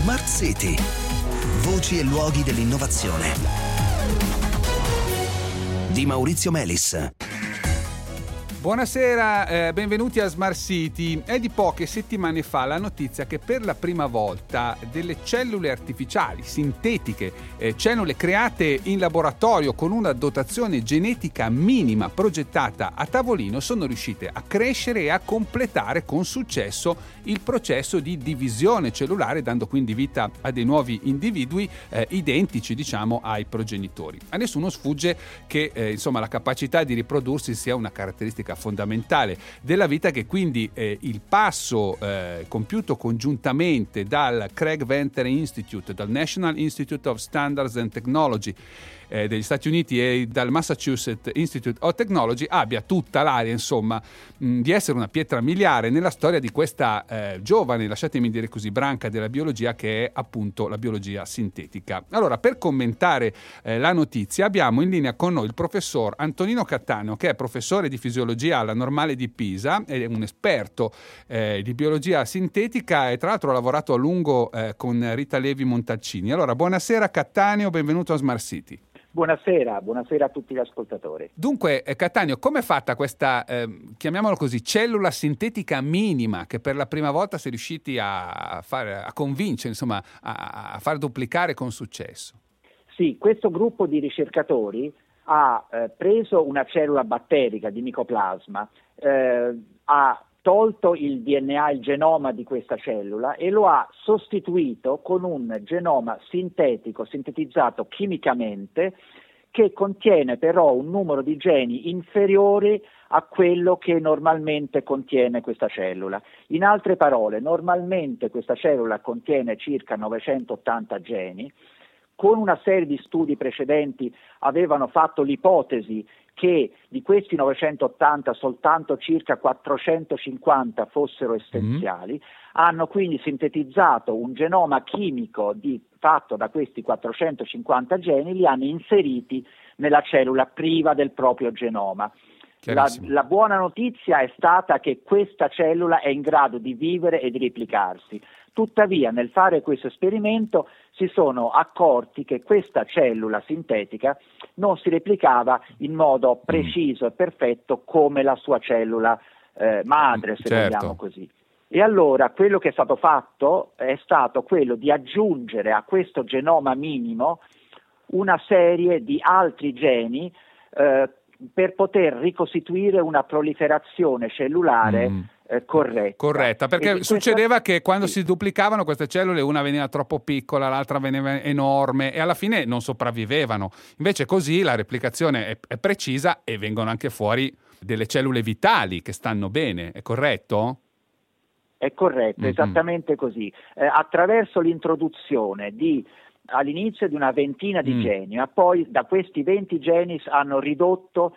Smart City. Voci e luoghi dell'innovazione. Di Maurizio Melis. Buonasera, benvenuti a Smart City. È di poche settimane fa la notizia che per la prima volta delle cellule artificiali, sintetiche, cellule create in laboratorio con una dotazione genetica minima progettata a tavolino, sono riuscite a crescere e a completare con successo il processo di divisione cellulare, dando quindi vita a dei nuovi individui identici, diciamo, ai progenitori. A nessuno sfugge che la capacità di riprodursi sia una caratteristica fondamentale della vita, che quindi il passo compiuto congiuntamente dal Craig Venter Institute, dal National Institute of Standards and Technology degli Stati Uniti e dal Massachusetts Institute of Technology abbia tutta l'aria, di essere una pietra miliare nella storia di questa giovane, lasciatemi dire così, branca della biologia, che è appunto la biologia sintetica. Allora, per commentare la notizia abbiamo in linea con noi il professor Antonino Cattaneo, che è professore di fisiologia alla Normale di Pisa, è un esperto di biologia sintetica e tra l'altro ha lavorato a lungo con Rita Levi Montalcini. Allora, buonasera Cattaneo, benvenuto a Smart City. Buonasera a tutti gli ascoltatori. Dunque, Cattaneo, come è fatta questa, chiamiamolo così, cellula sintetica minima che per la prima volta si è riusciti a convincere, a far duplicare con successo? Sì, questo gruppo di ricercatori ha preso una cellula batterica di micoplasma, ha tolto il DNA, il genoma di questa cellula, e lo ha sostituito con un genoma sintetico, sintetizzato chimicamente, che contiene però un numero di geni inferiore a quello che normalmente contiene questa cellula. In altre parole, normalmente questa cellula contiene circa 980 geni. Con una serie di studi precedenti avevano fatto l'ipotesi che di questi 980 soltanto circa 450 fossero essenziali. Hanno quindi sintetizzato un genoma chimico fatto da questi 450 geni, li hanno inseriti nella cellula priva del proprio genoma. La buona notizia è stata che questa cellula è in grado di vivere e di replicarsi. Tuttavia, nel fare questo esperimento si sono accorti che questa cellula sintetica non si replicava in modo preciso e perfetto come la sua cellula madre, se vogliamo così. E allora quello che è stato fatto è stato quello di aggiungere a questo genoma minimo una serie di altri geni per poter ricostituire una proliferazione cellulare corretta, perché succedeva che quando si duplicavano queste cellule, una veniva troppo piccola, l'altra veniva enorme e alla fine non sopravvivevano. Invece così la replicazione è precisa e vengono anche fuori delle cellule vitali che stanno bene, è corretto? È corretto, esattamente così. Attraverso l'introduzione all'inizio di una ventina di geni, ma poi da questi 20 geni hanno ridotto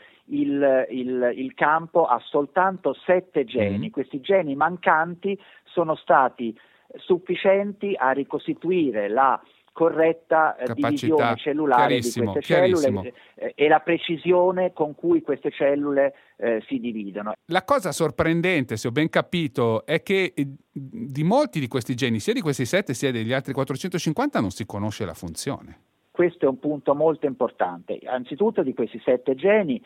il campo a soltanto 7 geni. Questi geni mancanti sono stati sufficienti a ricostituire la corretta divisione cellulare di queste cellule e la precisione con cui queste cellule si dividono. La cosa sorprendente, se ho ben capito, è che di molti di questi geni, sia di questi 7 sia degli altri 450, non si conosce la funzione. Questo è un punto molto importante. Anzitutto di questi 7 geni,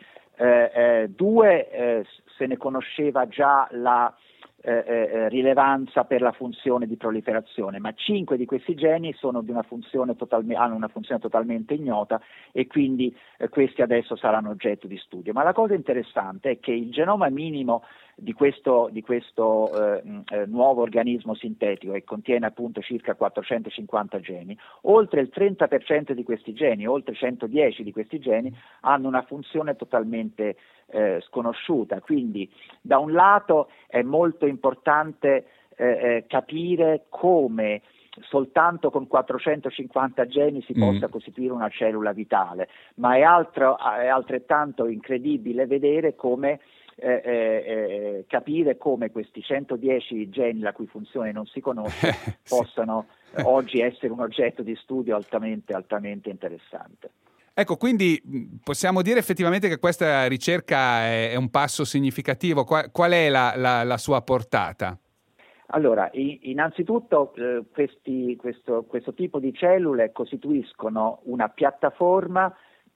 2 se ne conosceva già la rilevanza per la funzione di proliferazione, ma 5 di questi geni hanno una funzione totalmente ignota e quindi questi adesso saranno oggetto di studio. Ma la cosa interessante è che il genoma minimo di questo nuovo organismo sintetico, che contiene appunto circa 450 geni, oltre il 30% di questi geni, oltre 110 di questi geni, hanno una funzione totalmente sconosciuta. Quindi da un lato è molto importante capire come soltanto con 450 geni si possa costituire una cellula vitale, ma è altrettanto incredibile vedere come capire come questi 110 geni la cui funzione non si conosce possano oggi essere un oggetto di studio altamente interessante. Ecco, quindi possiamo dire effettivamente che questa ricerca è un passo significativo. Qual è la sua portata? Allora, innanzitutto questo tipo di cellule costituiscono una piattaforma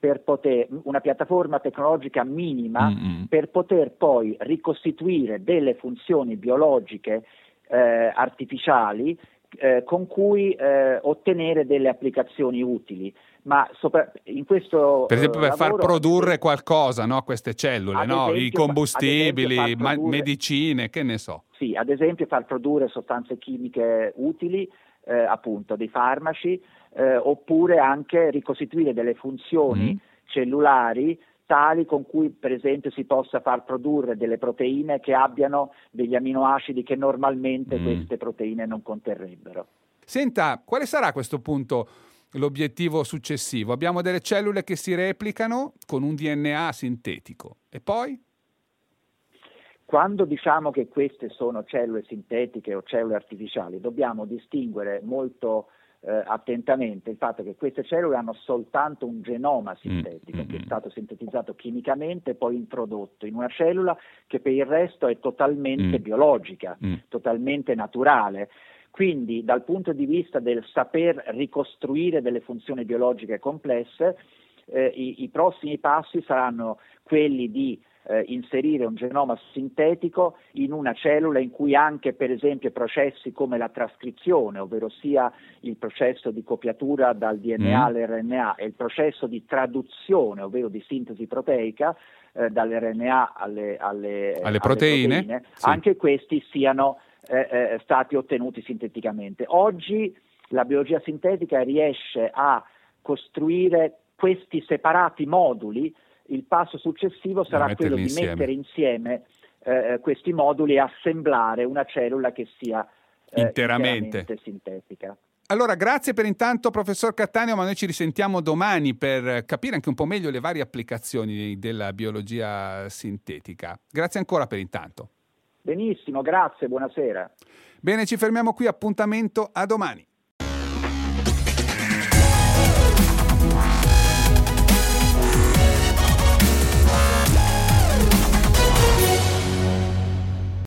tecnologica minima per poter poi ricostituire delle funzioni biologiche artificiali con cui ottenere delle applicazioni utili. Ma in questo per esempio per far produrre qualcosa, no? Queste cellule, no? Esempio, I combustibili, medicine, che ne so. Sì, ad esempio far produrre sostanze chimiche utili, appunto dei farmaci, oppure anche ricostituire delle funzioni cellulari tali con cui per esempio si possa far produrre delle proteine che abbiano degli aminoacidi che normalmente queste proteine non conterrebbero. Senta, quale sarà a questo punto l'obiettivo successivo? Abbiamo delle cellule che si replicano con un DNA sintetico e poi? Quando diciamo che queste sono cellule sintetiche o cellule artificiali, dobbiamo distinguere molto attentamente il fatto che queste cellule hanno soltanto un genoma sintetico che è stato sintetizzato chimicamente e poi introdotto in una cellula che per il resto è totalmente biologica, totalmente naturale. Quindi dal punto di vista del saper ricostruire delle funzioni biologiche complesse, i prossimi passi saranno quelli di inserire un genoma sintetico in una cellula in cui anche per esempio processi come la trascrizione, ovvero sia il processo di copiatura dal DNA all'RNA e il processo di traduzione, ovvero di sintesi proteica dall'RNA alle proteine, sì. Anche questi siano stati ottenuti sinteticamente. Oggi la biologia sintetica riesce a costruire questi separati moduli. Il passo successivo sarà quello di mettere insieme questi moduli e assemblare una cellula che sia interamente sintetica. Allora, grazie per intanto, professor Cattaneo, ma noi ci risentiamo domani per capire anche un po' meglio le varie applicazioni della biologia sintetica. Grazie ancora per intanto. Benissimo, grazie, buonasera. Bene, ci fermiamo qui, appuntamento a domani.